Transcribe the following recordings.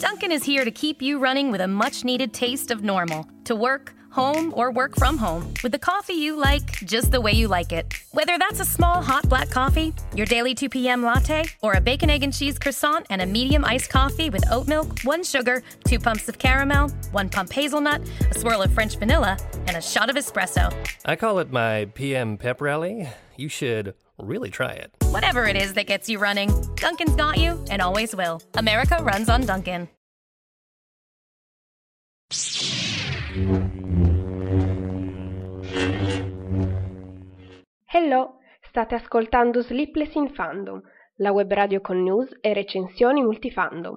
Dunkin' is here to keep you running with a much-needed taste of normal. To work, home, or work from home, with the coffee you like, just the way you like it. Whether that's a small hot black coffee, your daily 2 p.m. latte, or a bacon, egg, and cheese croissant and a medium iced coffee with oat milk, 1 sugar, 2 pumps of caramel, 1 pump hazelnut, a swirl of French vanilla, and a shot of espresso. I call it my PM pep rally. You should really try it. Whatever it is that gets you running, Dunkin's got you and always will. America runs on Dunkin'. Hello, state ascoltando Sleepless in Fandom, la web radio con news e recensioni multifandom.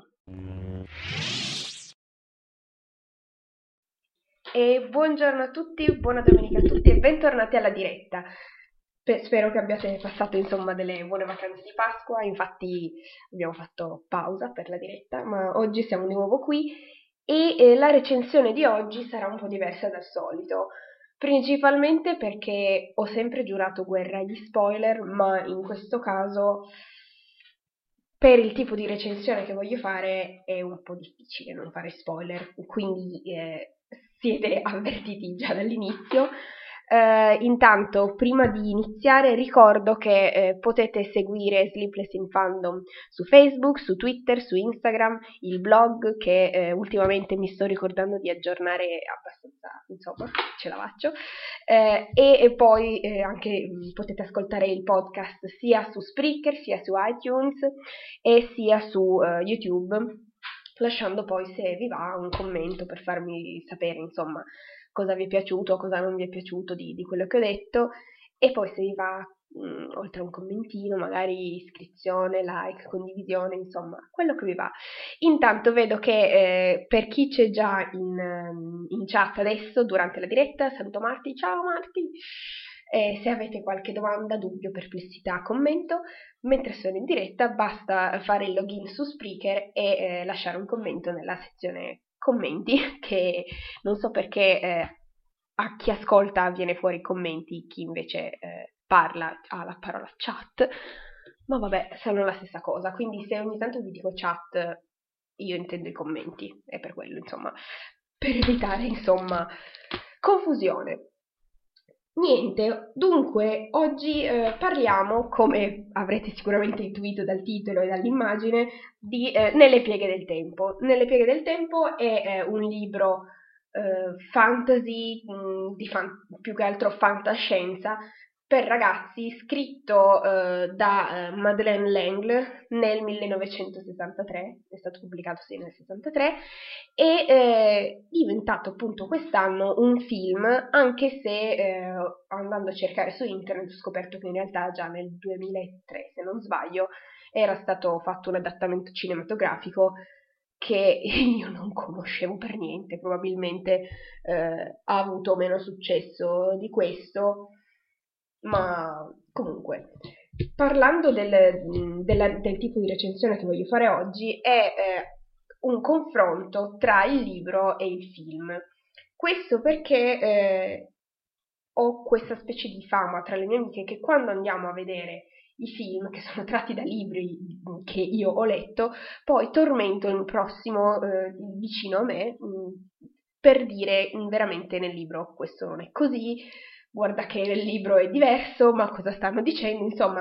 E buongiorno a tutti, buona domenica a tutti e bentornati alla diretta. Spero che abbiate passato delle buone vacanze di Pasqua, infatti abbiamo fatto pausa per la diretta, ma oggi siamo di nuovo qui e la recensione di oggi sarà un po' diversa dal solito, principalmente perché ho sempre giurato guerra agli spoiler, ma in questo caso per il tipo di recensione che voglio fare è un po' difficile non fare spoiler, quindi siete avvertiti già dall'inizio. Intanto, prima di iniziare, ricordo che potete seguire Sleepless in Fandom su Facebook, su Twitter, su Instagram, il blog che ultimamente mi sto ricordando di aggiornare abbastanza, insomma, ce la faccio, e poi anche potete ascoltare il podcast sia su Spreaker, sia su iTunes e sia su YouTube, lasciando poi, se vi va, un commento per farmi sapere, insomma, cosa vi è piaciuto, cosa non vi è piaciuto di quello che ho detto, e poi se vi va, oltre a un commentino, magari iscrizione, like, condivisione, insomma, quello che vi va. Intanto vedo che per chi c'è già in chat adesso, durante la diretta, saluto Marti, ciao Marti! Se avete qualche domanda, dubbio, perplessità, commento, mentre sono in diretta basta fare il login su Spreaker e lasciare un commento nella sezione commenti, che non so perché a chi ascolta viene fuori commenti, chi invece parla ha la parola chat, ma vabbè, sono la stessa cosa, quindi se ogni tanto vi dico chat io intendo i commenti, è per quello, insomma, per evitare, insomma, confusione. Niente, dunque, oggi parliamo, come avrete sicuramente intuito dal titolo e dall'immagine, di Nelle pieghe del tempo. Nelle pieghe del tempo è un libro fantasy, più che altro fantascienza, per ragazzi, scritto da Madeleine L'Engle nel 1963, è stato pubblicato nel 63, e diventato appunto quest'anno un film, anche se andando a cercare su internet ho scoperto che in realtà già nel 2003, se non sbaglio, era stato fatto un adattamento cinematografico che io non conoscevo per niente, probabilmente ha avuto meno successo di questo, ma comunque, parlando del tipo di recensione che voglio fare oggi, è un confronto tra il libro e il film. Questo perché ho questa specie di fama tra le mie amiche che quando andiamo a vedere i film che sono tratti da libri che io ho letto, poi tormento il prossimo vicino a me per dire veramente nel libro questo non è così, guarda che nel libro è diverso, ma cosa stanno dicendo, insomma,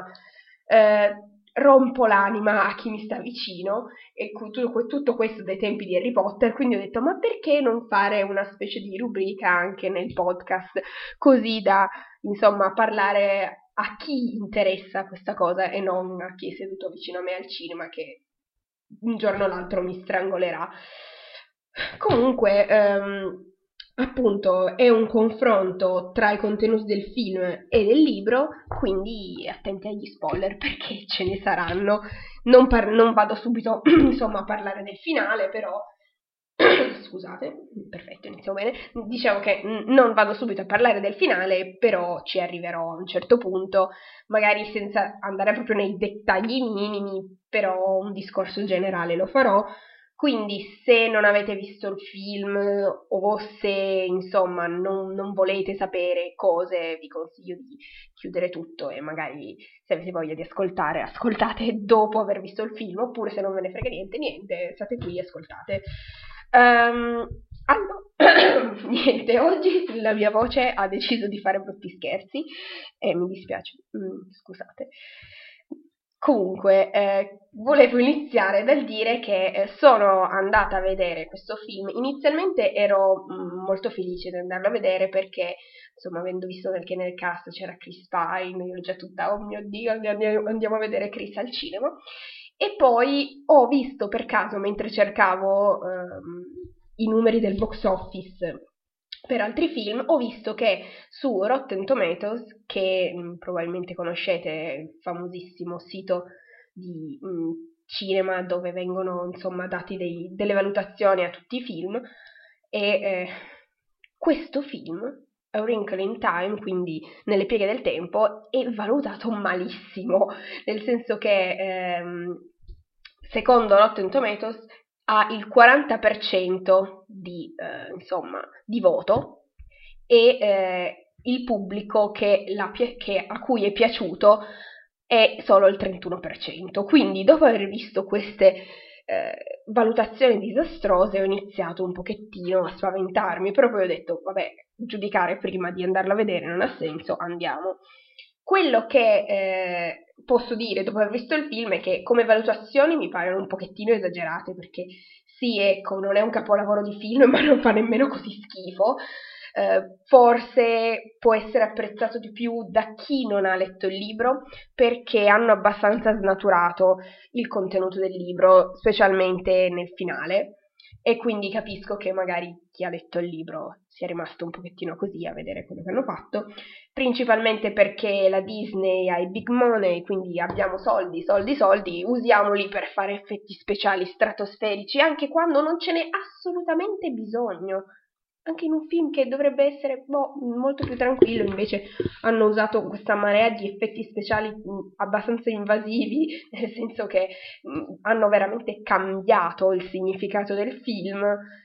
rompo l'anima a chi mi sta vicino, e tutto questo dai tempi di Harry Potter, quindi ho detto, ma perché non fare una specie di rubrica anche nel podcast, così da, insomma, parlare a chi interessa questa cosa e non a chi è seduto vicino a me al cinema che un giorno o l'altro mi strangolerà. Comunque, appunto, è un confronto tra i contenuti del film e del libro, quindi attenti agli spoiler perché ce ne saranno. Non vado subito, insomma, a parlare del finale, però scusate, perfetto, inizio bene. Dicevo che non vado subito a parlare del finale, però ci arriverò a un certo punto, magari senza andare proprio nei dettagli minimi, però un discorso generale lo farò. Quindi se non avete visto il film o se insomma non volete sapere cose, vi consiglio di chiudere tutto e magari se avete voglia di ascoltare, ascoltate dopo aver visto il film, oppure se non ve ne frega niente, state qui e ascoltate. Allora, niente, oggi la mia voce ha deciso di fare brutti scherzi e mi dispiace, scusate. Comunque, volevo iniziare dal dire che sono andata a vedere questo film. Inizialmente ero molto felice di andarlo a vedere perché, insomma, avendo visto che nel cast c'era Chris Pine, io ero già tutta, oh mio Dio, andiamo a vedere Chris al cinema. E poi ho visto per caso, mentre cercavo i numeri del box office per altri film, ho visto che su Rotten Tomatoes, che probabilmente conoscete, il famosissimo sito di cinema dove vengono insomma dati delle valutazioni a tutti i film, e questo film, A Wrinkle in Time, quindi Nelle pieghe del tempo, è valutato malissimo, nel senso che secondo Rotten Tomatoes ha il 40% di voto e il pubblico a cui è piaciuto è solo il 31%. Quindi dopo aver visto queste valutazioni disastrose ho iniziato un pochettino a spaventarmi, però poi ho detto vabbè, giudicare prima di andarla a vedere non ha senso, andiamo. Quello che posso dire dopo aver visto il film è che come valutazioni mi paiono un pochettino esagerate, perché sì, ecco, non è un capolavoro di film, ma non fa nemmeno così schifo. Forse può essere apprezzato di più da chi non ha letto il libro, perché hanno abbastanza snaturato il contenuto del libro, specialmente nel finale, e quindi capisco che magari chi ha letto il libro sia rimasto un pochettino così a vedere quello che hanno fatto, principalmente perché la Disney ha i big money, quindi abbiamo soldi, usiamoli per fare effetti speciali stratosferici anche quando non ce n'è assolutamente bisogno. Anche in un film che dovrebbe essere molto più tranquillo, invece hanno usato questa marea di effetti speciali abbastanza invasivi, nel senso che hanno veramente cambiato il significato del film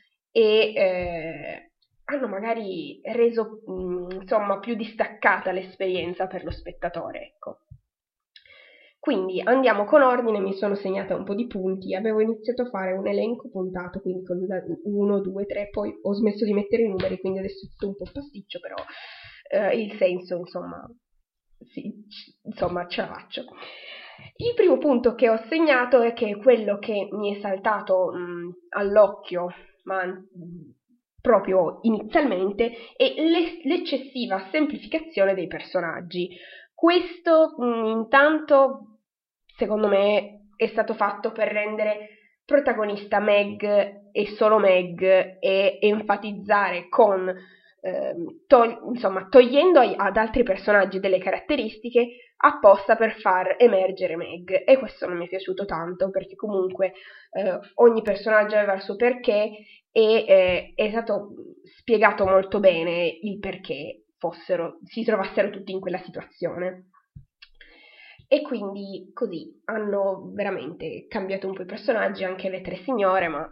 e hanno magari reso insomma più distaccata l'esperienza per lo spettatore, ecco. Quindi andiamo con ordine, mi sono segnata un po' di punti, avevo iniziato a fare un elenco puntato, quindi con 1, 2, 3, poi ho smesso di mettere i numeri, quindi adesso è tutto un po' pasticcio, però il senso, insomma, sì, insomma, ce la faccio. Il primo punto che ho segnato è che quello che mi è saltato all'occhio, ma proprio inizialmente, è l'eccessiva semplificazione dei personaggi. Questo intanto secondo me è stato fatto per rendere protagonista Meg e solo Meg e enfatizzare con togliendo ad altri personaggi delle caratteristiche apposta per far emergere Meg, e questo non mi è piaciuto tanto perché comunque ogni personaggio aveva il suo perché e è stato spiegato molto bene il perché si trovassero tutti in quella situazione. E quindi così hanno veramente cambiato un po' i personaggi, anche le tre signore, ma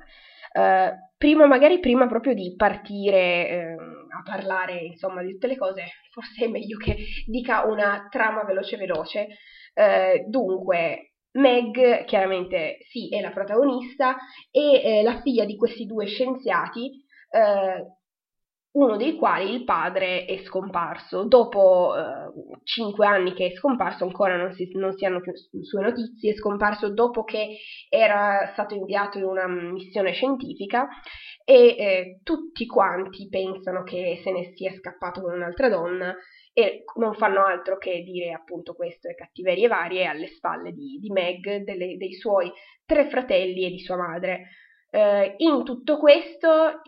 prima proprio di partire a parlare insomma di tutte le cose, forse è meglio che dica una trama veloce. Dunque, Meg chiaramente sì, è la protagonista e la figlia di questi due scienziati, uno dei quali il padre è scomparso. Dopo 5 anni che è scomparso, ancora non si hanno più sue notizie. È scomparso dopo che era stato inviato in una missione scientifica e tutti quanti pensano che se ne sia scappato con un'altra donna e non fanno altro che dire appunto questo e cattiverie varie alle spalle di Meg, dei suoi 3 fratelli e di sua madre. In tutto questo,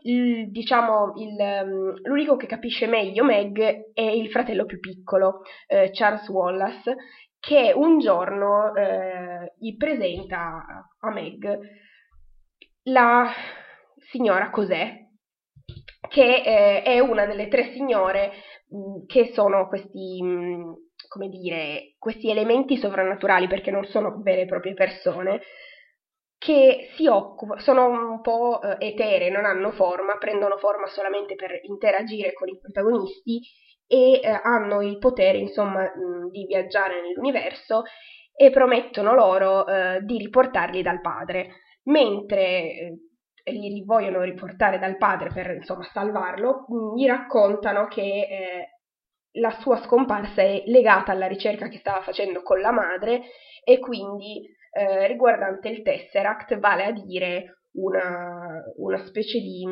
l'unico che capisce meglio Meg è il fratello più piccolo, Charles Wallace, che un giorno gli presenta a Meg la signora Cos'è, che è una delle 3 signore che sono questi, come dire, questi elementi sovrannaturali, perché non sono vere e proprie persone, che sono un po' eteree, non hanno forma, prendono forma solamente per interagire con i protagonisti e hanno il potere, insomma, di viaggiare nell'universo e promettono loro di riportarli dal padre, mentre li vogliono riportare dal padre per, insomma, salvarlo, gli raccontano che la sua scomparsa è legata alla ricerca che stava facendo con la madre e quindi riguardante il Tesseract, vale a dire una specie di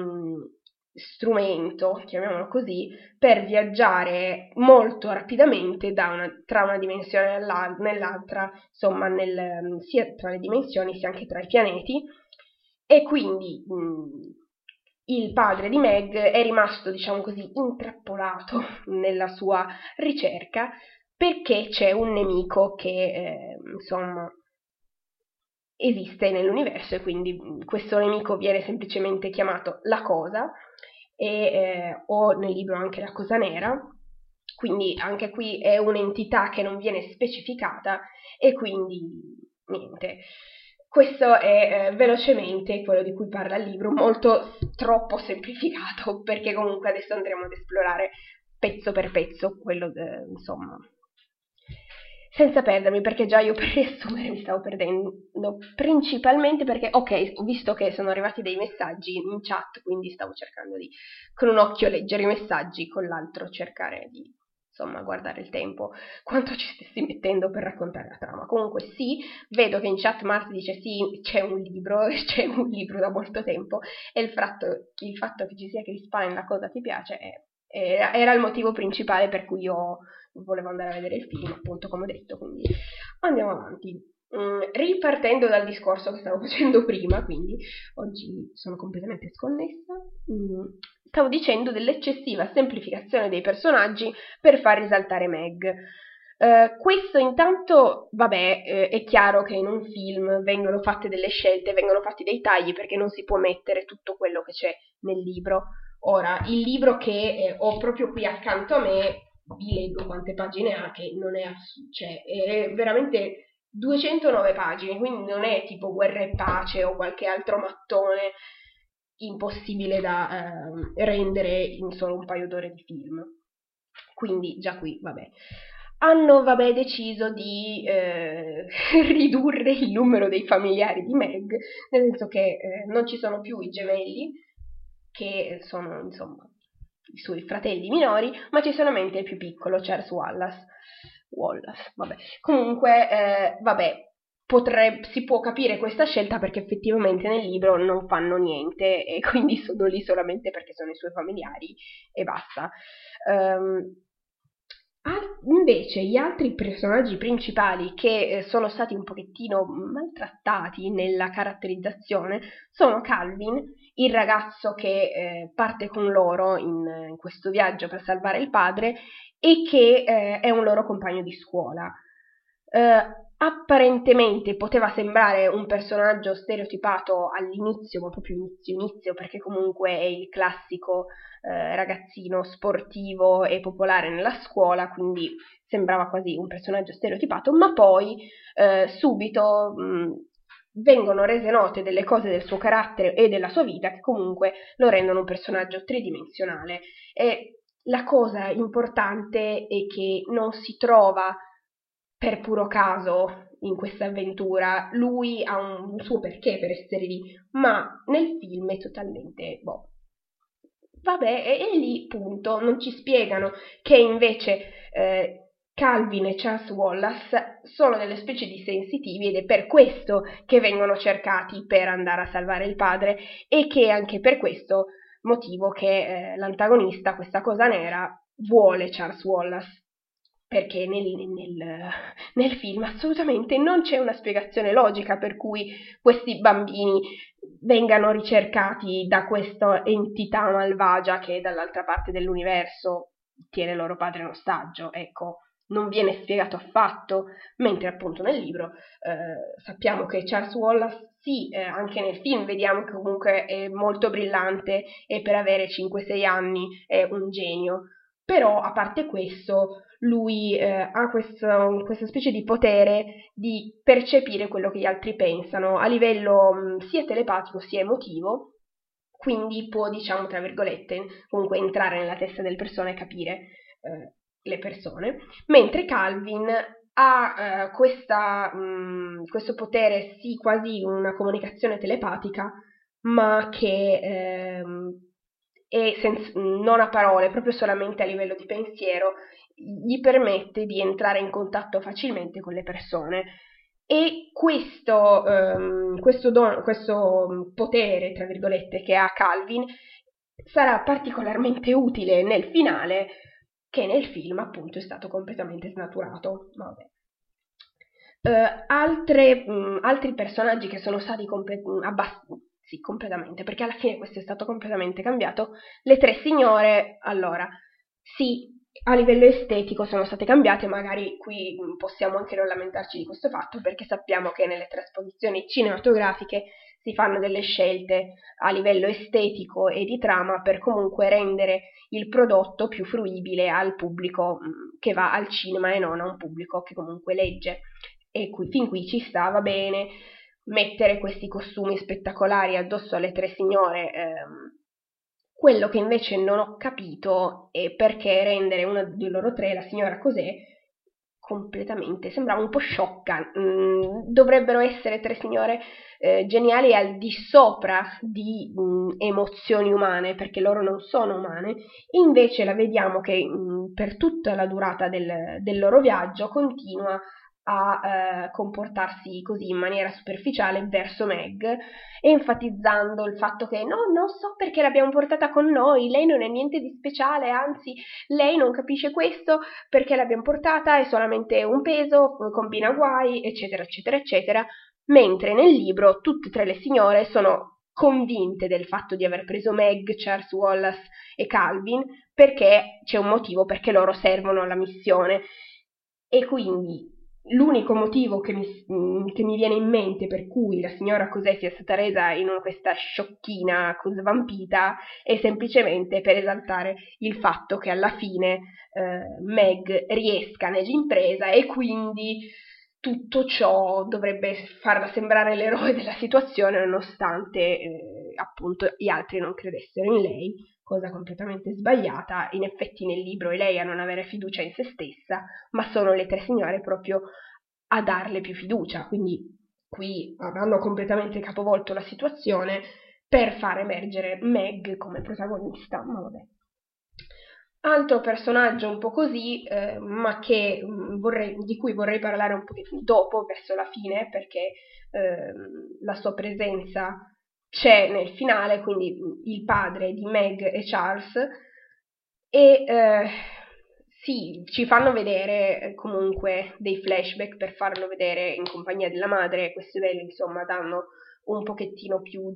strumento, chiamiamolo così, per viaggiare molto rapidamente tra una dimensione nell'altra, insomma, sia tra le dimensioni sia anche tra i pianeti, e quindi il padre di Meg è rimasto, diciamo così, intrappolato nella sua ricerca perché c'è un nemico che, insomma, esiste nell'universo e quindi questo nemico viene semplicemente chiamato la Cosa o nel libro anche la Cosa Nera, quindi anche qui è un'entità che non viene specificata e quindi niente. Questo è velocemente quello di cui parla il libro, molto troppo semplificato, perché comunque adesso andremo ad esplorare pezzo per pezzo quello, insomma, senza perdermi, perché già io per riassumere mi stavo perdendo, principalmente perché, ok, ho visto che sono arrivati dei messaggi in chat, quindi stavo cercando di, con un occhio leggere i messaggi, con l'altro cercare di, insomma, guardare il tempo, quanto ci stessi mettendo per raccontare la trama. Comunque sì, vedo che in chat Mars dice sì, c'è un libro da molto tempo, e il fatto che ci sia Chris Pine, la cosa ti piace, era il motivo principale per cui io volevo andare a vedere il film, appunto, come ho detto, quindi andiamo avanti. Ripartendo dal discorso che stavo facendo prima, quindi oggi sono completamente sconnessa, stavo dicendo dell'eccessiva semplificazione dei personaggi per far risaltare Meg. Questo intanto, vabbè, è chiaro che in un film vengono fatte delle scelte, vengono fatti dei tagli perché non si può mettere tutto quello che c'è nel libro. Ora, il libro che ho proprio qui accanto a me, vi leggo quante pagine ha, che non è, cioè, è veramente 209 pagine, quindi non è tipo Guerra e Pace o qualche altro mattone impossibile da rendere in solo un paio d'ore di film. Quindi già qui, vabbè. Hanno, vabbè, deciso di ridurre il numero dei familiari di Meg, nel senso che non ci sono più i gemelli, che sono, insomma, i suoi fratelli minori, ma ci sono solamente il più piccolo, Charles Wallace, vabbè. Comunque, vabbè, si può capire questa scelta perché effettivamente nel libro non fanno niente e quindi sono lì solamente perché sono i suoi familiari e basta. Invece gli altri personaggi principali che sono stati un pochettino maltrattati nella caratterizzazione sono Calvin, il ragazzo che parte con loro in questo viaggio per salvare il padre e che è un loro compagno di scuola. Apparentemente poteva sembrare un personaggio stereotipato all'inizio, ma proprio inizio, perché comunque è il classico ragazzino sportivo e popolare nella scuola, quindi sembrava quasi un personaggio stereotipato, ma poi subito vengono rese note delle cose del suo carattere e della sua vita che comunque lo rendono un personaggio tridimensionale. E la cosa importante è che non si trova per puro caso in questa avventura, lui ha un suo perché per essere lì, ma nel film è totalmente vabbè, è lì, punto. Non ci spiegano che invece Calvin e Charles Wallace sono delle specie di sensitivi ed è per questo che vengono cercati per andare a salvare il padre e che è anche per questo motivo che l'antagonista, questa cosa nera, vuole Charles Wallace. Perché nel film assolutamente non c'è una spiegazione logica per cui questi bambini vengano ricercati da questa entità malvagia che dall'altra parte dell'universo tiene loro padre in ostaggio. Ecco, non viene spiegato affatto, mentre appunto nel libro sappiamo che Charles Wallace, sì, anche nel film vediamo che comunque è molto brillante e per avere 5-6 anni è un genio, però a parte questo lui ha questa specie di potere di percepire quello che gli altri pensano a livello sia telepatico sia emotivo, quindi può, diciamo, tra virgolette, comunque entrare nella testa delle persone e capire le persone, mentre Calvin ha questo potere, sì, quasi una comunicazione telepatica, ma che non a parole, proprio solamente a livello di pensiero, gli permette di entrare in contatto facilmente con le persone. E questo potere, tra virgolette, che ha Calvin sarà particolarmente utile nel finale, che nel film appunto è stato completamente snaturato. Vabbè. Altri personaggi che sono stati completamente, perché alla fine questo è stato completamente cambiato. Le tre signore, allora, sì, a livello estetico sono state cambiate, magari qui possiamo anche non lamentarci di questo fatto, perché sappiamo che nelle trasposizioni cinematografiche si fanno delle scelte a livello estetico e di trama per comunque rendere il prodotto più fruibile al pubblico che va al cinema e non a un pubblico che comunque legge. E fin qui ci sta, va bene, mettere questi costumi spettacolari addosso alle tre signore. Quello che invece non ho capito è perché rendere una di loro tre, la signora Cosè, completamente, sembrava un po' sciocca. Dovrebbero essere tre signore geniali al di sopra di emozioni umane, perché loro non sono umane. Invece la vediamo che per tutta la durata del loro viaggio continua a comportarsi così in maniera superficiale verso Meg, enfatizzando il fatto che no, non so perché l'abbiamo portata con noi, lei non è niente di speciale, anzi lei non capisce questo perché l'abbiamo portata, è solamente un peso, combina guai, eccetera, eccetera, eccetera, mentre nel libro tutte e tre le signore sono convinte del fatto di aver preso Meg, Charles Wallace e Calvin perché c'è un motivo, perché loro servono alla missione. E quindi l'unico motivo che mi viene in mente per cui la signora Cosè sia stata resa in questa sciocchina svampita è semplicemente per esaltare il fatto che alla fine Meg riesca nell'impresa e quindi tutto ciò dovrebbe farla sembrare l'eroe della situazione nonostante appunto gli altri non credessero in lei, cosa completamente sbagliata. In effetti nel libro è lei a non avere fiducia in se stessa, ma sono le tre signore proprio a darle più fiducia, quindi qui hanno completamente capovolto la situazione per far emergere Meg come protagonista, ma vabbè. Altro personaggio un po' così, ma che di cui vorrei parlare un pochettino dopo, verso la fine, perché la sua presenza c'è nel finale, quindi il padre di Meg e Charles, e sì, ci fanno vedere comunque dei flashback per farlo vedere in compagnia della madre, queste belle insomma danno un pochettino più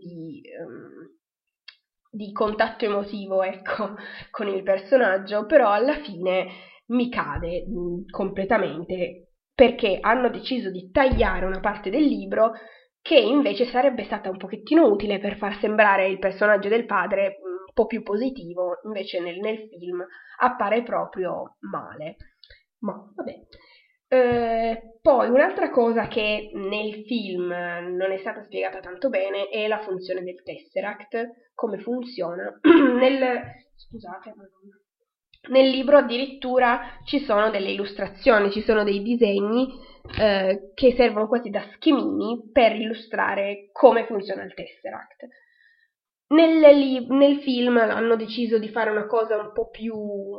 di contatto emotivo, ecco, con il personaggio, però alla fine mi cade completamente perché hanno deciso di tagliare una parte del libro che invece sarebbe stata un pochettino utile per far sembrare il personaggio del padre un po' più positivo, invece nel film appare proprio male. Ma vabbè. Poi un'altra cosa che nel film non è stata spiegata tanto bene è la funzione del Tesseract, come funziona. Scusate, nel libro addirittura ci sono delle illustrazioni, ci sono dei disegni che servono quasi da schemini per illustrare come funziona il Tesseract. Nel film hanno deciso di fare una cosa un po' più,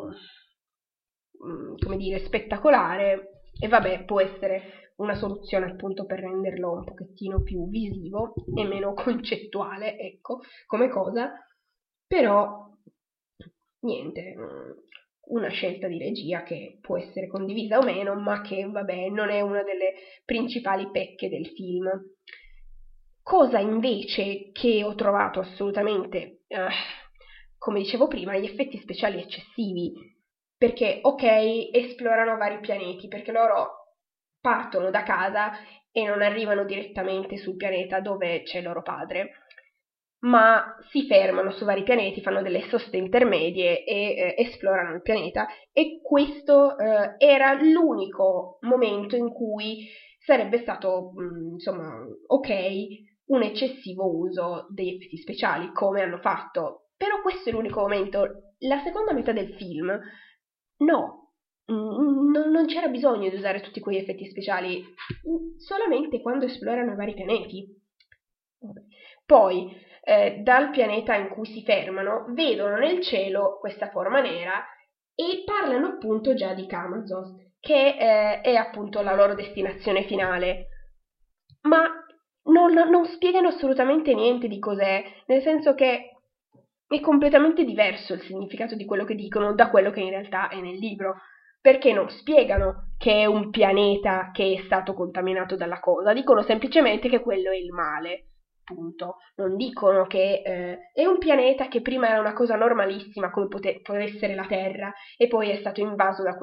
come dire, spettacolare, e vabbè, può essere una soluzione appunto per renderlo un pochettino più visivo e meno concettuale, ecco, come cosa, però niente, una scelta di regia che può essere condivisa o meno, ma che vabbè non è una delle principali pecche del film. Cosa invece che ho trovato assolutamente, come dicevo prima, gli effetti speciali eccessivi, perché ok, esplorano vari pianeti, perché loro partono da casa e non arrivano direttamente sul pianeta dove c'è loro padre, ma si fermano su vari pianeti, fanno delle soste intermedie e esplorano il pianeta, e questo era l'unico momento in cui sarebbe stato, ok, un eccessivo uso degli effetti speciali, come hanno fatto. Però questo è l'unico momento. La seconda metà del film, no, non c'era bisogno di usare tutti quegli effetti speciali, solamente quando esplorano i vari pianeti. Poi, dal pianeta in cui si fermano, vedono nel cielo questa forma nera e parlano appunto già di Camazos, che è appunto la loro destinazione finale. Ma non spiegano assolutamente niente di cos'è, nel senso che è completamente diverso il significato di quello che dicono da quello che in realtà è nel libro, perché non spiegano che è un pianeta che è stato contaminato dalla cosa, dicono semplicemente che quello è il male, punto. Non dicono che è un pianeta che prima era una cosa normalissima come può essere la Terra e poi è stato invaso da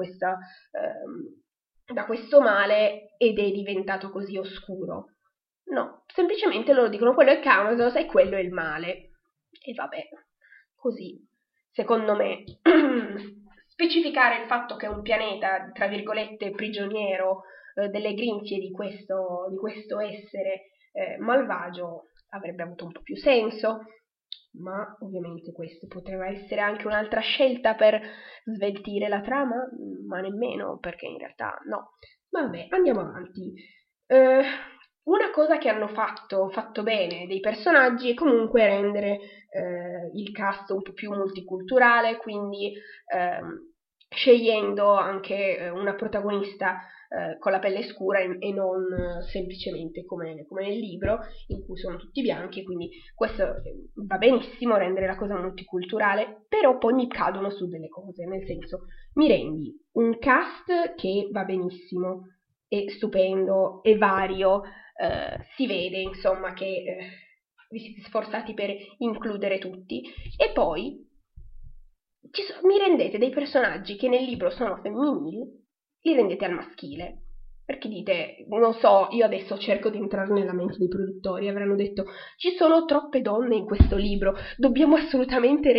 questo male ed è diventato così oscuro. No, semplicemente loro dicono quello è Camazos e quello è il male. E vabbè, così, secondo me, specificare il fatto che è un pianeta, tra virgolette, prigioniero delle grinfie di questo essere malvagio avrebbe avuto un po' più senso, ma ovviamente questa poteva essere anche un'altra scelta per sveltire la trama, ma nemmeno, perché in realtà no. Vabbè, andiamo avanti. Una cosa che hanno fatto bene dei personaggi è comunque rendere il cast un po' più multiculturale, quindi scegliendo anche una protagonista con la pelle scura e non semplicemente come nel libro, in cui sono tutti bianchi, quindi questo va benissimo, rendere la cosa multiculturale, però poi mi cadono su delle cose, nel senso, mi rendi un cast che va benissimo, è stupendo, è vario, si vede insomma che vi siete sforzati per includere tutti, e poi mi rendete dei personaggi che nel libro sono femminili, li rendete al maschile, perché dite, non so, io adesso cerco di entrare nella mente dei produttori, avranno detto ci sono troppe donne in questo libro, dobbiamo assolutamente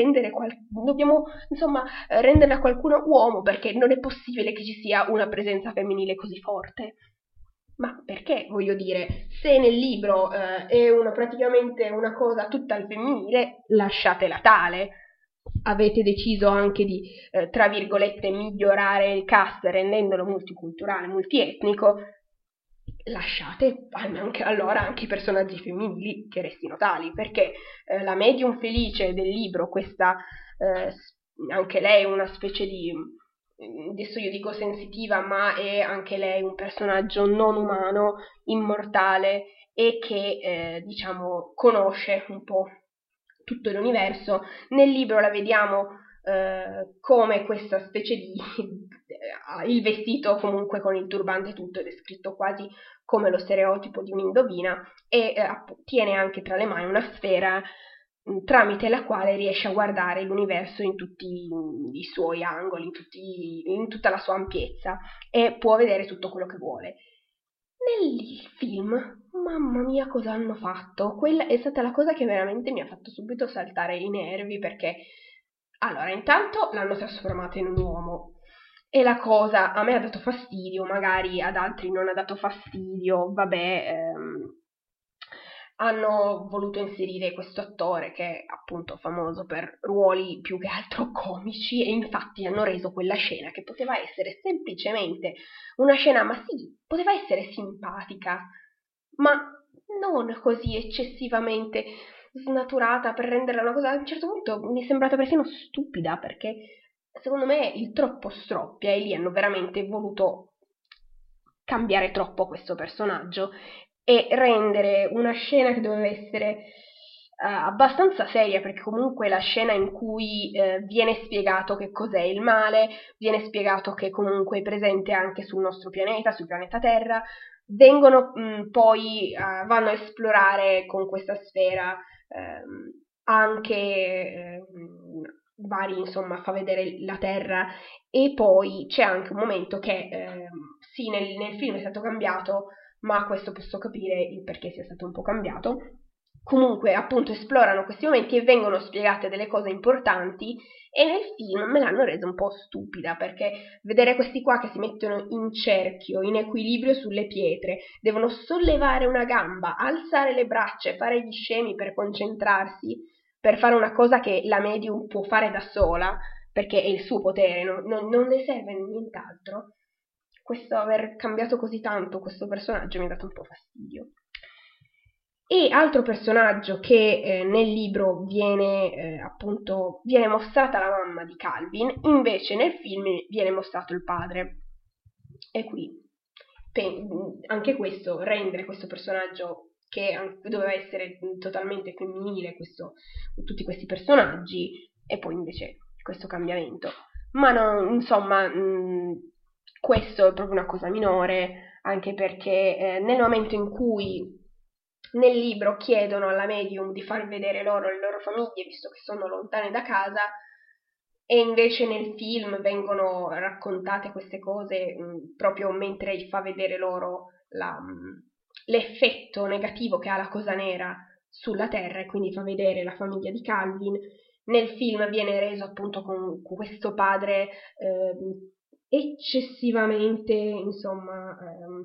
renderla qualcuno uomo, perché non è possibile che ci sia una presenza femminile così forte. Ma perché, voglio dire, se nel libro è praticamente una cosa tutta al femminile, lasciatela tale. Avete deciso anche di, tra virgolette, migliorare il cast rendendolo multiculturale, multietnico, lasciate anche i personaggi femminili che restino tali, perché la medium felice del libro, questa anche lei una specie di, adesso io dico sensitiva, ma è anche lei un personaggio non umano, immortale, e che conosce un po' tutto l'universo. Nel libro la vediamo come questa specie di il vestito comunque con il turbante e tutto è descritto quasi come lo stereotipo di un'indovina, e tiene anche tra le mani una sfera tramite la quale riesce a guardare l'universo in tutti i suoi angoli, in tutta la sua ampiezza, e può vedere tutto quello che vuole. Nel film, mamma mia, cosa hanno fatto? Quella è stata la cosa che veramente mi ha fatto subito saltare i nervi, perché allora, intanto l'hanno trasformato in un uomo e la cosa a me ha dato fastidio, magari ad altri non ha dato fastidio, vabbè, hanno voluto inserire questo attore che è appunto famoso per ruoli più che altro comici, e infatti hanno reso quella scena, che poteva essere semplicemente una scena, ma sì, poteva essere simpatica, ma non così eccessivamente snaturata per renderla una cosa, a un certo punto mi è sembrata persino stupida, perché secondo me il troppo stroppia, e lì hanno veramente voluto cambiare troppo questo personaggio e rendere una scena che doveva essere abbastanza seria, perché comunque la scena in cui viene spiegato che cos'è il male, viene spiegato che comunque è presente anche sul nostro pianeta, sul pianeta Terra, poi vanno a esplorare con questa sfera anche vari, insomma, fa vedere la Terra, e poi c'è anche un momento che sì, nel film è stato cambiato, ma questo posso capire il perché sia stato un po' cambiato, comunque appunto esplorano questi momenti e vengono spiegate delle cose importanti, e nel film me l'hanno resa un po' stupida, perché vedere questi qua che si mettono in cerchio, in equilibrio sulle pietre, devono sollevare una gamba, alzare le braccia e fare gli scemi per concentrarsi, per fare una cosa che la medium può fare da sola, perché è il suo potere, non le serve nient'altro. Questo aver cambiato così tanto questo personaggio mi ha dato un po' fastidio. E altro personaggio che nel libro viene mostrata la mamma di Calvin, invece nel film viene mostrato il padre. E qui anche questo, rendere questo personaggio che doveva essere totalmente femminile, tutti questi personaggi, e poi invece questo cambiamento. Ma no, insomma, questo è proprio una cosa minore, anche perché nel momento in cui nel libro chiedono alla medium di far vedere loro le loro famiglie, visto che sono lontane da casa, e invece nel film vengono raccontate queste cose proprio mentre fa vedere loro l'effetto negativo che ha la cosa nera sulla Terra, e quindi fa vedere la famiglia di Calvin. Nel film viene reso appunto con questo padre eccessivamente, insomma,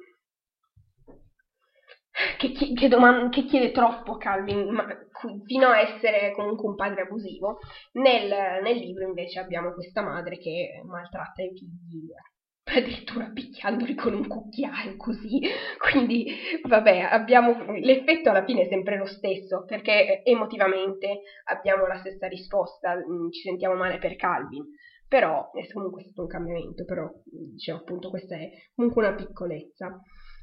che chiede troppo a Calvin, fino a essere comunque un padre abusivo. Nel libro invece abbiamo questa madre che maltratta i figli, addirittura picchiandoli con un cucchiaio, così. Quindi vabbè, l'effetto alla fine è sempre lo stesso, perché emotivamente abbiamo la stessa risposta, ci sentiamo male per Calvin, però è comunque stato un cambiamento. Però dicevo appunto, questa è comunque una piccolezza.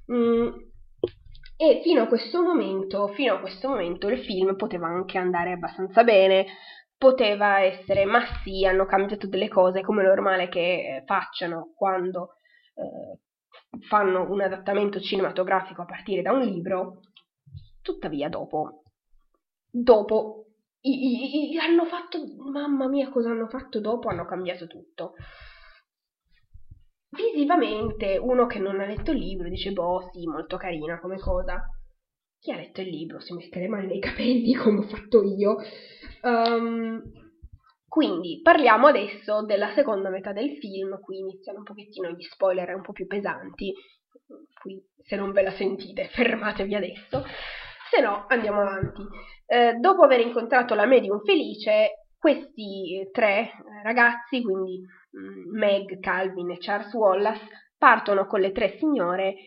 E fino a questo momento il film poteva anche andare abbastanza bene, poteva essere, ma sì, hanno cambiato delle cose, come è normale che facciano quando fanno un adattamento cinematografico a partire da un libro. Tuttavia dopo hanno fatto, mamma mia, cosa hanno fatto dopo? Hanno cambiato tutto. Visivamente, uno che non ha letto il libro dice, boh, sì, molto carina come cosa. Chi ha letto il libro si mette le mani nei capelli, come ho fatto io. Quindi parliamo adesso della seconda metà del film. Qui iniziano un pochettino gli spoiler un po' più pesanti. Qui, se non ve la sentite, fermatevi adesso, se no andiamo avanti. Dopo aver incontrato la medium felice, questi tre ragazzi, quindi Meg, Calvin e Charles Wallace, partono con le tre signore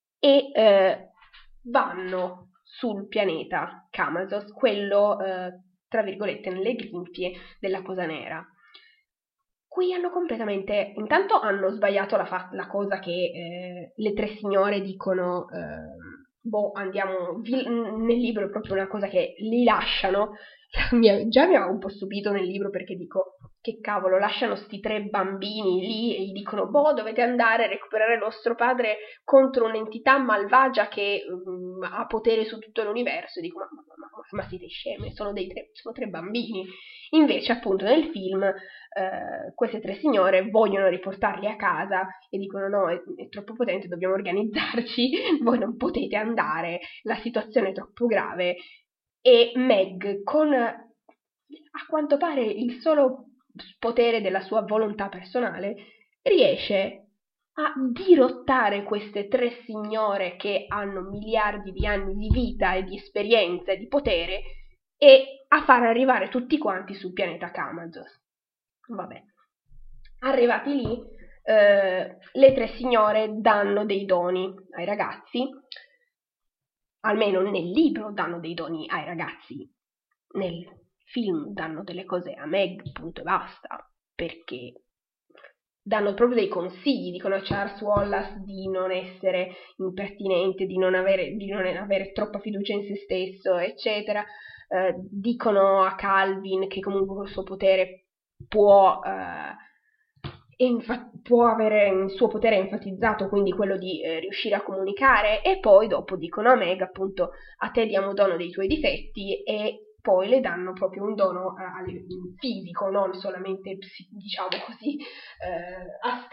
e vanno sul pianeta Camazos, quello tra virgolette nelle grinfie della Cosa Nera. Qui intanto hanno sbagliato la cosa che le tre signore dicono, andiamo, nel libro è proprio una cosa che li lasciano. Già mi aveva un po' stupito nel libro, perché dico, che cavolo, lasciano sti tre bambini lì e gli dicono, dovete andare a recuperare vostro padre contro un'entità malvagia che ha potere su tutto l'universo. E dico, ma siete sceme, sono tre bambini. Invece appunto nel film queste tre signore vogliono riportarli a casa e dicono, no, è troppo potente, dobbiamo organizzarci, voi non potete andare, la situazione è troppo grave. E Meg, con a quanto pare il solo potere della sua volontà personale, riesce a dirottare queste tre signore che hanno miliardi di anni di vita e di esperienza e di potere, e a far arrivare tutti quanti sul pianeta Camazos. Vabbè, arrivati lì, le tre signore danno dei doni ai ragazzi. Almeno nel libro danno dei doni ai ragazzi, nel film danno delle cose a Meg, punto e basta, perché danno proprio dei consigli, dicono a Charles Wallace di non essere impertinente, di non avere troppa fiducia in se stesso, eccetera. Dicono a Calvin che comunque col suo potere può avere il suo potere enfatizzato, quindi quello di riuscire a comunicare. E poi dopo dicono a Meg, appunto, a te diamo dono dei tuoi difetti, e poi le danno proprio un dono fisico, non solamente, diciamo così,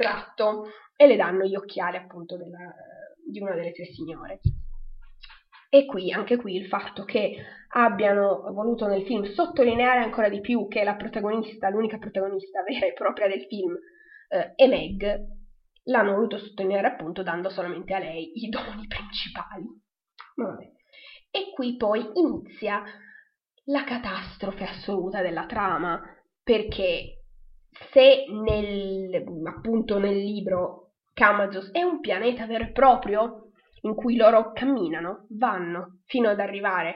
astratto, e le danno gli occhiali appunto di una delle tre signore. Anche qui, il fatto che abbiano voluto nel film sottolineare ancora di più che la protagonista, l'unica protagonista vera e propria del film, è Meg, l'hanno voluto sottolineare appunto dando solamente a lei i doni principali. Vabbè. E qui poi inizia la catastrofe assoluta della trama, perché se appunto nel libro Camazos è un pianeta vero e proprio in cui loro camminano, vanno fino ad arrivare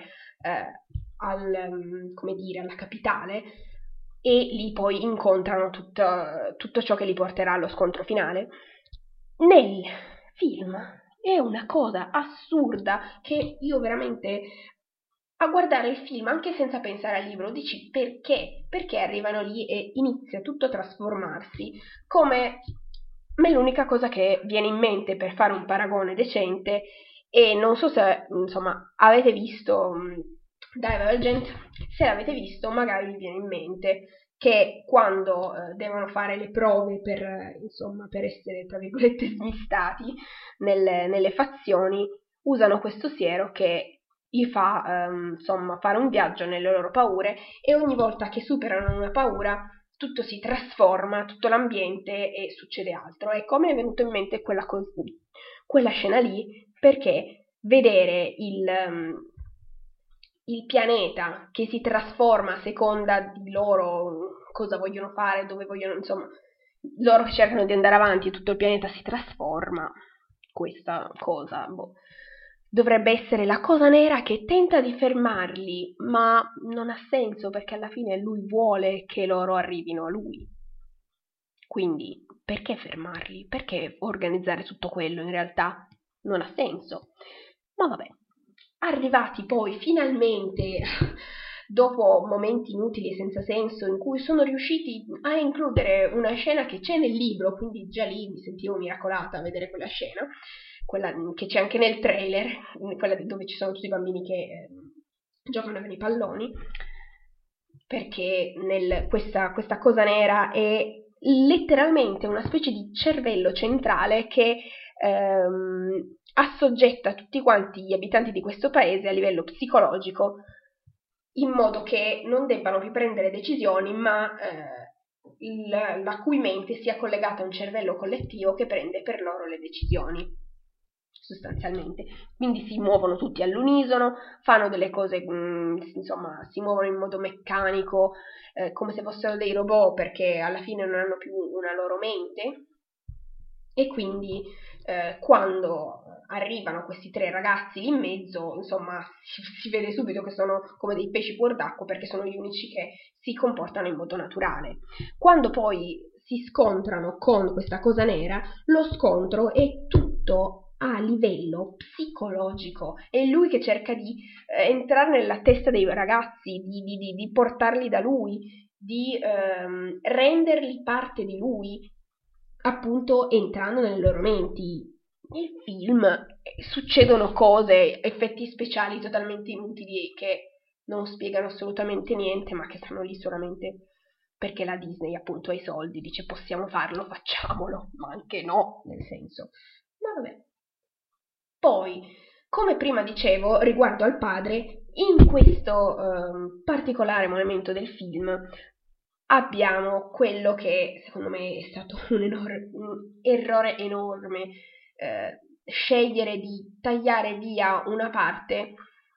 alla capitale, e lì poi incontrano tutto ciò che li porterà allo scontro finale. Nel film è una cosa assurda che io veramente, a guardare il film anche senza pensare al libro, dici perché arrivano lì e inizia tutto a trasformarsi, come me l'unica cosa che viene in mente per fare un paragone decente, e non so se insomma avete visto Divergent, se l'avete visto magari vi viene in mente che quando devono fare le prove per essere tra virgolette smistati nelle fazioni, usano questo siero che gli fa fare un viaggio nelle loro paure, e ogni volta che superano una paura tutto si trasforma, tutto l'ambiente, e succede altro. E come è venuto in mente quella scena lì, perché vedere il pianeta che si trasforma a seconda di loro cosa vogliono fare, dove vogliono, insomma, loro che cercano di andare avanti e tutto il pianeta si trasforma, questa cosa, dovrebbe essere la cosa nera che tenta di fermarli, ma non ha senso, perché alla fine lui vuole che loro arrivino a lui. Quindi perché fermarli? Perché organizzare tutto quello? In realtà non ha senso. Ma vabbè, arrivati poi finalmente, dopo momenti inutili e senza senso, in cui sono riusciti a includere una scena che c'è nel libro, quindi già lì mi sentivo miracolata a vedere quella scena, quella che c'è anche nel trailer, quella dove ci sono tutti i bambini che giocano con i palloni, perché questa cosa nera è letteralmente una specie di cervello centrale che assoggetta tutti quanti gli abitanti di questo paese a livello psicologico, in modo che non debbano più prendere decisioni, ma la cui mente sia collegata a un cervello collettivo che prende per loro le decisioni, sostanzialmente. Quindi si muovono tutti all'unisono, fanno delle cose, si muovono in modo meccanico, come se fossero dei robot, perché alla fine non hanno più una loro mente. E quindi quando arrivano questi tre ragazzi lì in mezzo, insomma, si vede subito che sono come dei pesci fuor d'acqua, perché sono gli unici che si comportano in modo naturale. Quando poi si scontrano con questa cosa nera, lo scontro è tutto a livello psicologico. È lui che cerca di entrare nella testa dei ragazzi, di portarli da lui, di renderli parte di lui, appunto entrando nelle loro menti. Nel film succedono cose, effetti speciali totalmente inutili che non spiegano assolutamente niente, ma che stanno lì solamente perché la Disney appunto ha i soldi, dice possiamo farlo, facciamolo, ma anche no, nel senso. Ma vabbè. Poi, come prima dicevo, riguardo al padre, in questo particolare momento del film abbiamo quello che secondo me è stato un errore enorme, scegliere di tagliare via una parte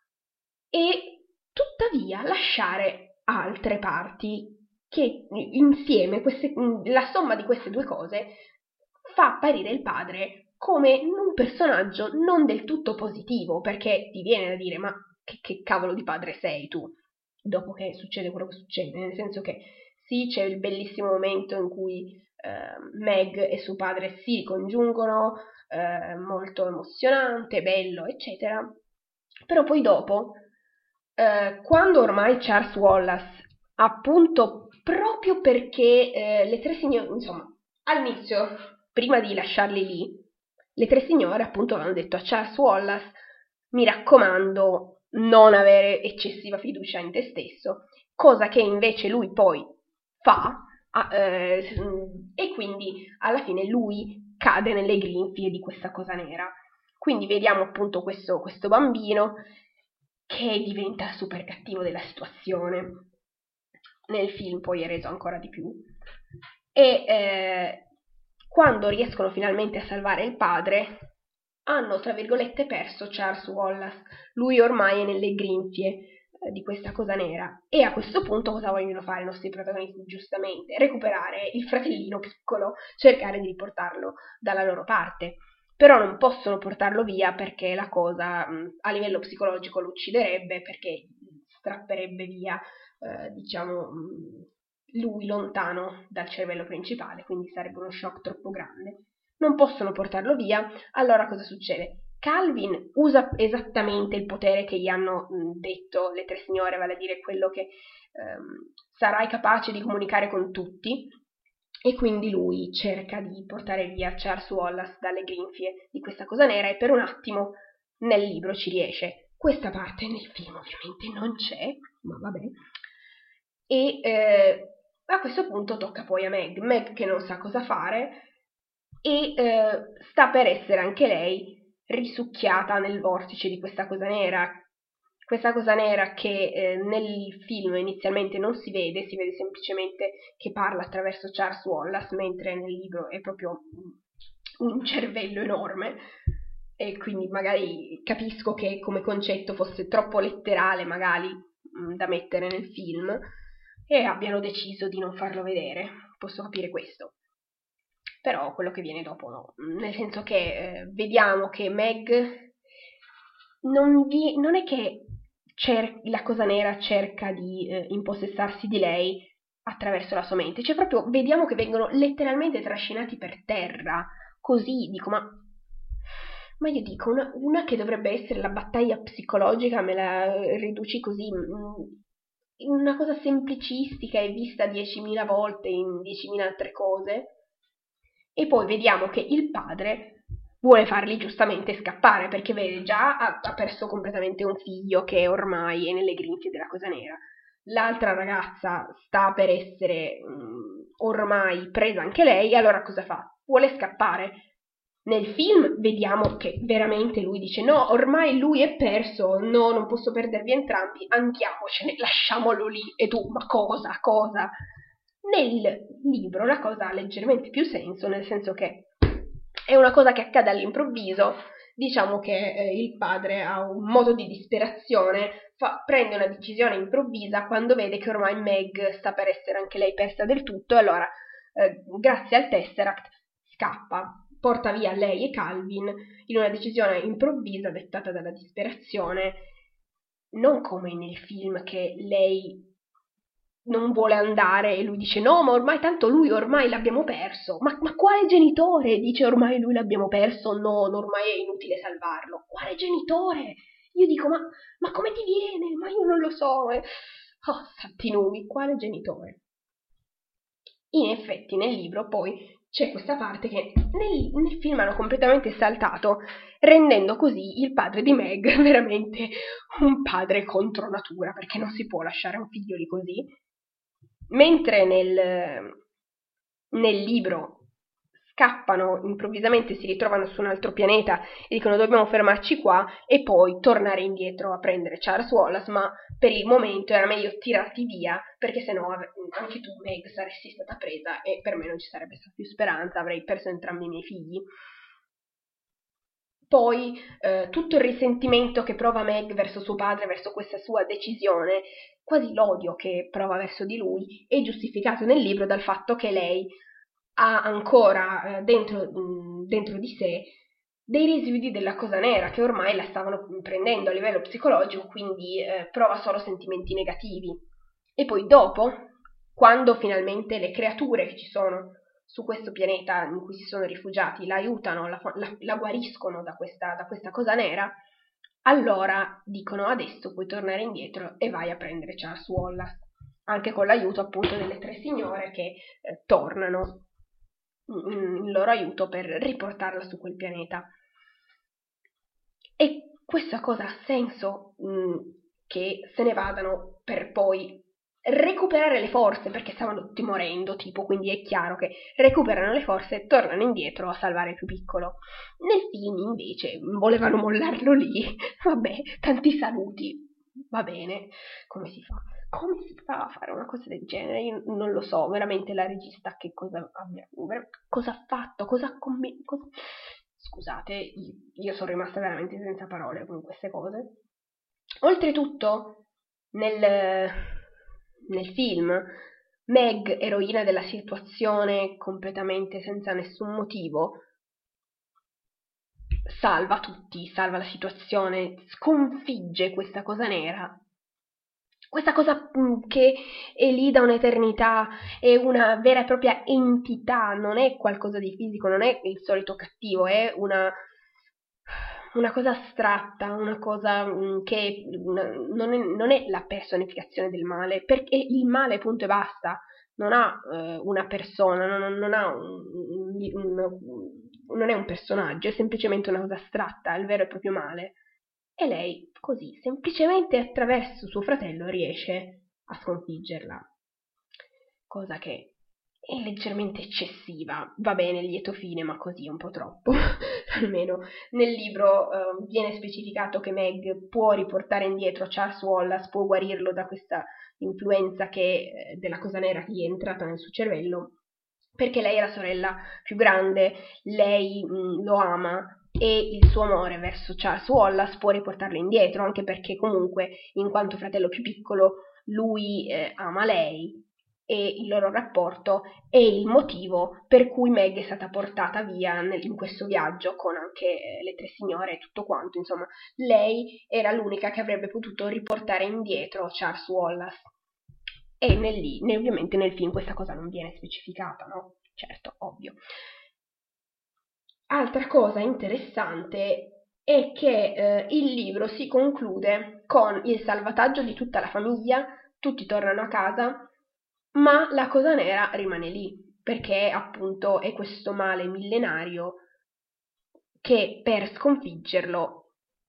e tuttavia lasciare altre parti che insieme, la somma di queste due cose fa apparire il padre come un personaggio non del tutto positivo, perché ti viene da dire ma che cavolo di padre sei tu dopo che succede quello che succede, nel senso che sì, c'è il bellissimo momento in cui Meg e suo padre si ricongiungono, molto emozionante, bello, eccetera, però poi dopo, quando ormai Charles Wallace, appunto proprio perché le tre signore, insomma, all'inizio, prima di lasciarli lì, le tre signore appunto avevano detto a Charles Wallace: mi raccomando, non avere eccessiva fiducia in te stesso, cosa che invece lui poi fa, e quindi alla fine lui cade nelle grinfie di questa cosa nera. Quindi vediamo appunto questo bambino che diventa super cattivo della situazione. Nel film poi è reso ancora di più. E quando riescono finalmente a salvare il padre, hanno, tra virgolette, perso Charles Wallace. Lui ormai è nelle grinfie di questa cosa nera. E a questo punto cosa vogliono fare i nostri protagonisti? Giustamente, recuperare il fratellino piccolo, cercare di riportarlo dalla loro parte. Però non possono portarlo via perché la cosa a livello psicologico lo ucciderebbe, perché strapperebbe via, lui lontano dal cervello principale, quindi sarebbe uno shock troppo grande. Non possono portarlo via, allora cosa succede? Calvin usa esattamente il potere che gli hanno detto le tre signore, vale a dire quello che sarai capace di comunicare con tutti, e quindi lui cerca di portare via Charles Wallace dalle grinfie di questa cosa nera e per un attimo nel libro ci riesce. Questa parte nel film ovviamente non c'è, ma vabbè. E a questo punto tocca poi a Meg che non sa cosa fare e sta per essere anche lei risucchiata nel vortice di questa cosa nera che nel film inizialmente non si vede semplicemente che parla attraverso Charles Wallace, mentre nel libro è proprio un cervello enorme, e quindi magari capisco che come concetto fosse troppo letterale magari da mettere nel film e abbiano deciso di non farlo vedere. Posso capire questo. Però quello che viene dopo no, nel senso che vediamo che Meg non è che la cosa nera cerca di impossessarsi di lei attraverso la sua mente, cioè proprio vediamo che vengono letteralmente trascinati per terra, così, dico, ma io dico, una che dovrebbe essere la battaglia psicologica me la riduci così, in una cosa semplicistica e vista 10.000 volte in 10.000 altre cose. E poi vediamo che il padre vuole farli giustamente scappare, perché vede già ha perso completamente un figlio che ormai è nelle grinfie della cosa nera. L'altra ragazza sta per essere ormai presa anche lei, e allora cosa fa? Vuole scappare. Nel film vediamo che veramente lui dice no, ormai lui è perso, no, non posso perdervi entrambi, andiamocene, lasciamolo lì. E tu, ma cosa? Nel libro la cosa ha leggermente più senso, nel senso che è una cosa che accade all'improvviso, diciamo che il padre ha un modo di disperazione, prende una decisione improvvisa quando vede che ormai Meg sta per essere anche lei persa del tutto, e allora grazie al Tesseract scappa, porta via lei e Calvin in una decisione improvvisa dettata dalla disperazione, non come nel film che lei non vuole andare e lui dice no, ma ormai tanto lui ormai l'abbiamo perso. Ma quale genitore dice ormai lui l'abbiamo perso? No, ormai è inutile salvarlo. Quale genitore? Io dico ma come ti viene? Ma io non lo so. Oh, santi numi, quale genitore? In effetti nel libro poi c'è questa parte che nel film hanno completamente saltato, rendendo così il padre di Meg veramente un padre contro natura, perché non si può lasciare un figlio lì così. Mentre nel libro scappano, improvvisamente si ritrovano su un altro pianeta e dicono dobbiamo fermarci qua e poi tornare indietro a prendere Charles Wallace, ma per il momento era meglio tirarti via, perché sennò anche tu, Meg, saresti stata presa e per me non ci sarebbe stata più speranza, avrei perso entrambi i miei figli. Poi tutto il risentimento che prova Meg verso suo padre, verso questa sua decisione, quasi l'odio che prova verso di lui, è giustificato nel libro dal fatto che lei ha ancora dentro di sé dei residui della cosa nera che ormai la stavano prendendo a livello psicologico, quindi prova solo sentimenti negativi. E poi dopo, quando finalmente le creature che ci sono su questo pianeta in cui si sono rifugiati la aiutano, la guariscono da questa cosa nera, allora dicono adesso puoi tornare indietro e vai a prendere Charles Wallace, anche con l'aiuto appunto delle tre signore che tornano in loro aiuto per riportarla su quel pianeta. E questa cosa ha senso che se ne vadano per poi recuperare le forze, perché stavano tutti morendo, tipo, quindi è chiaro che recuperano le forze e tornano indietro a salvare il più piccolo. Nel film, invece, volevano mollarlo lì. Vabbè, tanti saluti. Va bene, come si fa? Come si fa a fare una cosa del genere? Io non lo so, veramente la regista che cosa abbia, cosa ha fatto, cosa ha combinato. Scusate, io sono rimasta veramente senza parole con queste cose. Oltretutto, nel film, Meg, eroina della situazione completamente senza nessun motivo, salva tutti, salva la situazione, sconfigge questa cosa nera. Questa cosa che è lì da un'eternità, è una vera e propria entità, non è qualcosa di fisico, non è il solito cattivo, è una cosa astratta, una cosa che non è la personificazione del male, perché il male punto e basta, non ha una persona, non ha non è un personaggio, è semplicemente una cosa astratta, è il vero e proprio male. E lei, così, semplicemente attraverso suo fratello riesce a sconfiggerla. Cosa che è leggermente eccessiva. Va bene, lieto fine, ma così un po' troppo. Almeno nel libro viene specificato che Meg può riportare indietro Charles Wallace, può guarirlo da questa influenza della cosa nera che gli è entrata nel suo cervello, perché lei è la sorella più grande, lei lo ama e il suo amore verso Charles Wallace può riportarlo indietro, anche perché comunque, in quanto fratello più piccolo, lui ama lei e il loro rapporto è il motivo per cui Meg è stata portata via in questo viaggio con anche le tre signore e tutto quanto. Insomma, lei era l'unica che avrebbe potuto riportare indietro Charles Wallace. E ovviamente nel film questa cosa non viene specificata, no? Certo, ovvio. Altra cosa interessante è che il libro si conclude con il salvataggio di tutta la famiglia, tutti tornano a casa, ma la cosa nera rimane lì, perché appunto è questo male millenario che per sconfiggerlo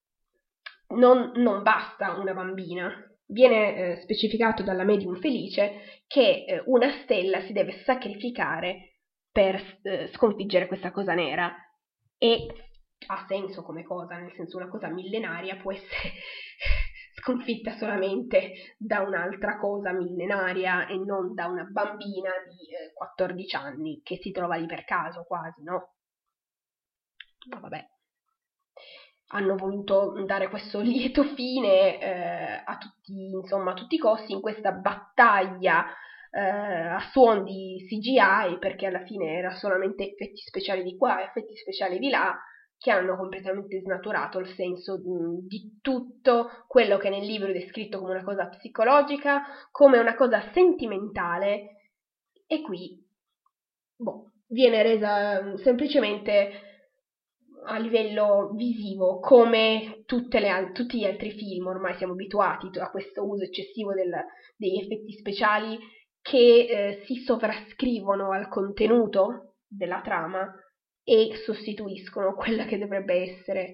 non basta una bambina. Viene specificato dalla medium felice che una stella si deve sacrificare per sconfiggere questa cosa nera, e ha senso come cosa, nel senso una cosa millenaria può essere sconfitta solamente da un'altra cosa millenaria e non da una bambina di 14 anni che si trova lì per caso quasi, no? Ma vabbè, hanno voluto dare questo lieto fine insomma, a tutti i costi in questa battaglia a suon di CGI, perché alla fine era solamente effetti speciali di qua, effetti speciali di là, che hanno completamente snaturato il senso di tutto quello che nel libro è descritto come una cosa psicologica, come una cosa sentimentale, e qui viene resa semplicemente a livello visivo, come tutti gli altri film. Ormai siamo abituati a questo uso eccessivo degli effetti speciali che si sovrascrivono al contenuto della trama e sostituiscono quella che dovrebbe essere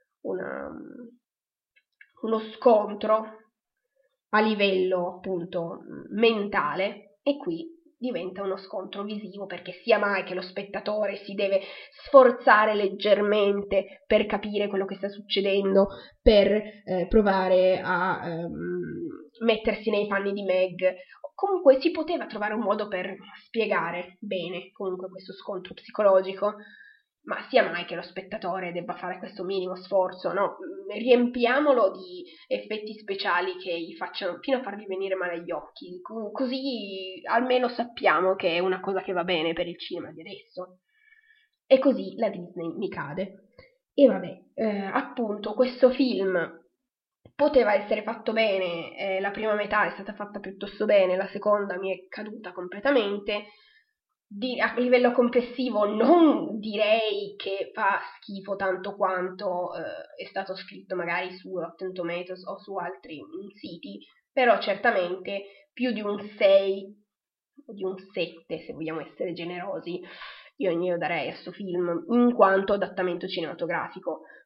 uno scontro a livello appunto mentale, e qui diventa uno scontro visivo, perché sia mai che lo spettatore si deve sforzare leggermente per capire quello che sta succedendo, per provare a mettersi nei panni di Meg. Comunque si poteva trovare un modo per spiegare bene comunque questo scontro psicologico, ma sia mai che lo spettatore debba fare questo minimo sforzo, no? Riempiamolo di effetti speciali che gli facciano fino a fargli venire male agli occhi, così almeno sappiamo che è una cosa che va bene per il cinema di adesso. E così la Disney mi cade. E vabbè, appunto, questo film poteva essere fatto bene, la prima metà è stata fatta piuttosto bene, la seconda mi è caduta completamente. A livello complessivo non direi che fa schifo tanto quanto è stato scritto magari su Rotten Tomatoes o su altri siti, però certamente più di un 6 o di un 7, se vogliamo essere generosi, io glielo darei a questo film in quanto adattamento cinematografico.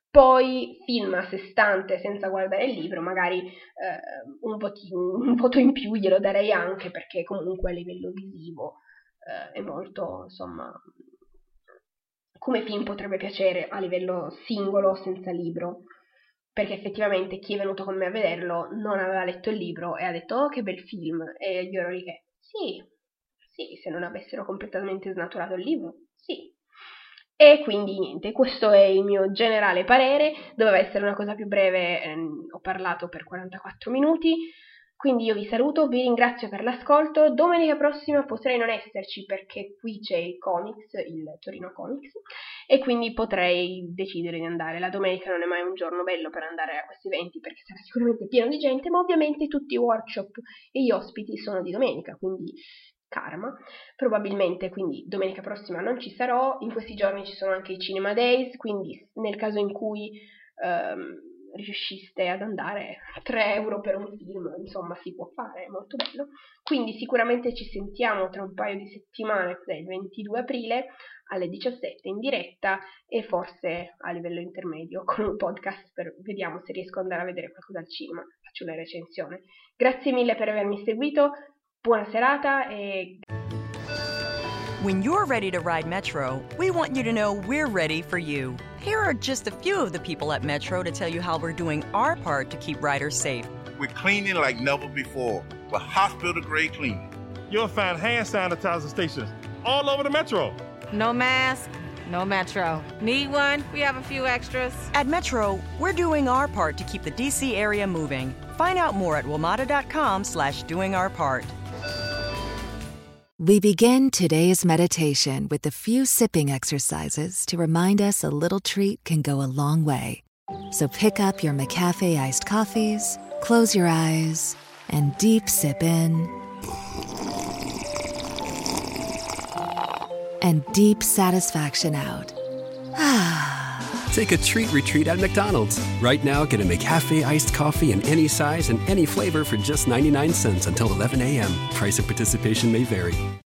Poi film a sé stante senza guardare il libro, magari un voto in più glielo darei anche, perché comunque a livello visivo è molto, insomma, come film potrebbe piacere a livello singolo senza libro, perché effettivamente chi è venuto con me a vederlo non aveva letto il libro e ha detto oh che bel film, e io ero lì che sì, se non avessero completamente snaturato il libro, sì. E quindi niente, questo è il mio generale parere, doveva essere una cosa più breve, ho parlato per 44 minuti, quindi io vi saluto, vi ringrazio per l'ascolto, domenica prossima potrei non esserci perché qui c'è il Comics, il Torino Comics, e quindi potrei decidere di andare. La domenica non è mai un giorno bello per andare a questi eventi perché sarà sicuramente pieno di gente, ma ovviamente tutti i workshop e gli ospiti sono di domenica, quindi karma. Probabilmente quindi domenica prossima non ci sarò, in questi giorni ci sono anche i Cinema Days, quindi nel caso in cui riusciste ad andare, 3 euro per un film, insomma si può fare, è molto bello. Quindi sicuramente ci sentiamo tra un paio di settimane, il 22 aprile alle 17 in diretta e forse a livello intermedio con un podcast, vediamo se riesco ad andare a vedere qualcosa al cinema, faccio una recensione. Grazie mille per avermi seguito, buona serata e... When you're ready to ride Metro, we want you to know we're ready for you. Here are just a few of the people at Metro to tell you how we're doing our part to keep riders safe. We're cleaning like never before with hospital-grade cleaning. You'll find hand sanitizer stations all over the Metro. No mask, no Metro. Need one? We have a few extras. At Metro, we're doing our part to keep the DC area moving. Find out more at WMATA.com/doingourpart. We begin today's meditation with a few sipping exercises to remind us a little treat can go a long way. So pick up your McCafe iced coffees, close your eyes, and deep sip in. And deep satisfaction out. Take a treat retreat at McDonald's. Right now, get a McCafe iced coffee in any size and any flavor for just 99 cents until 11 a.m. Price and participation may vary.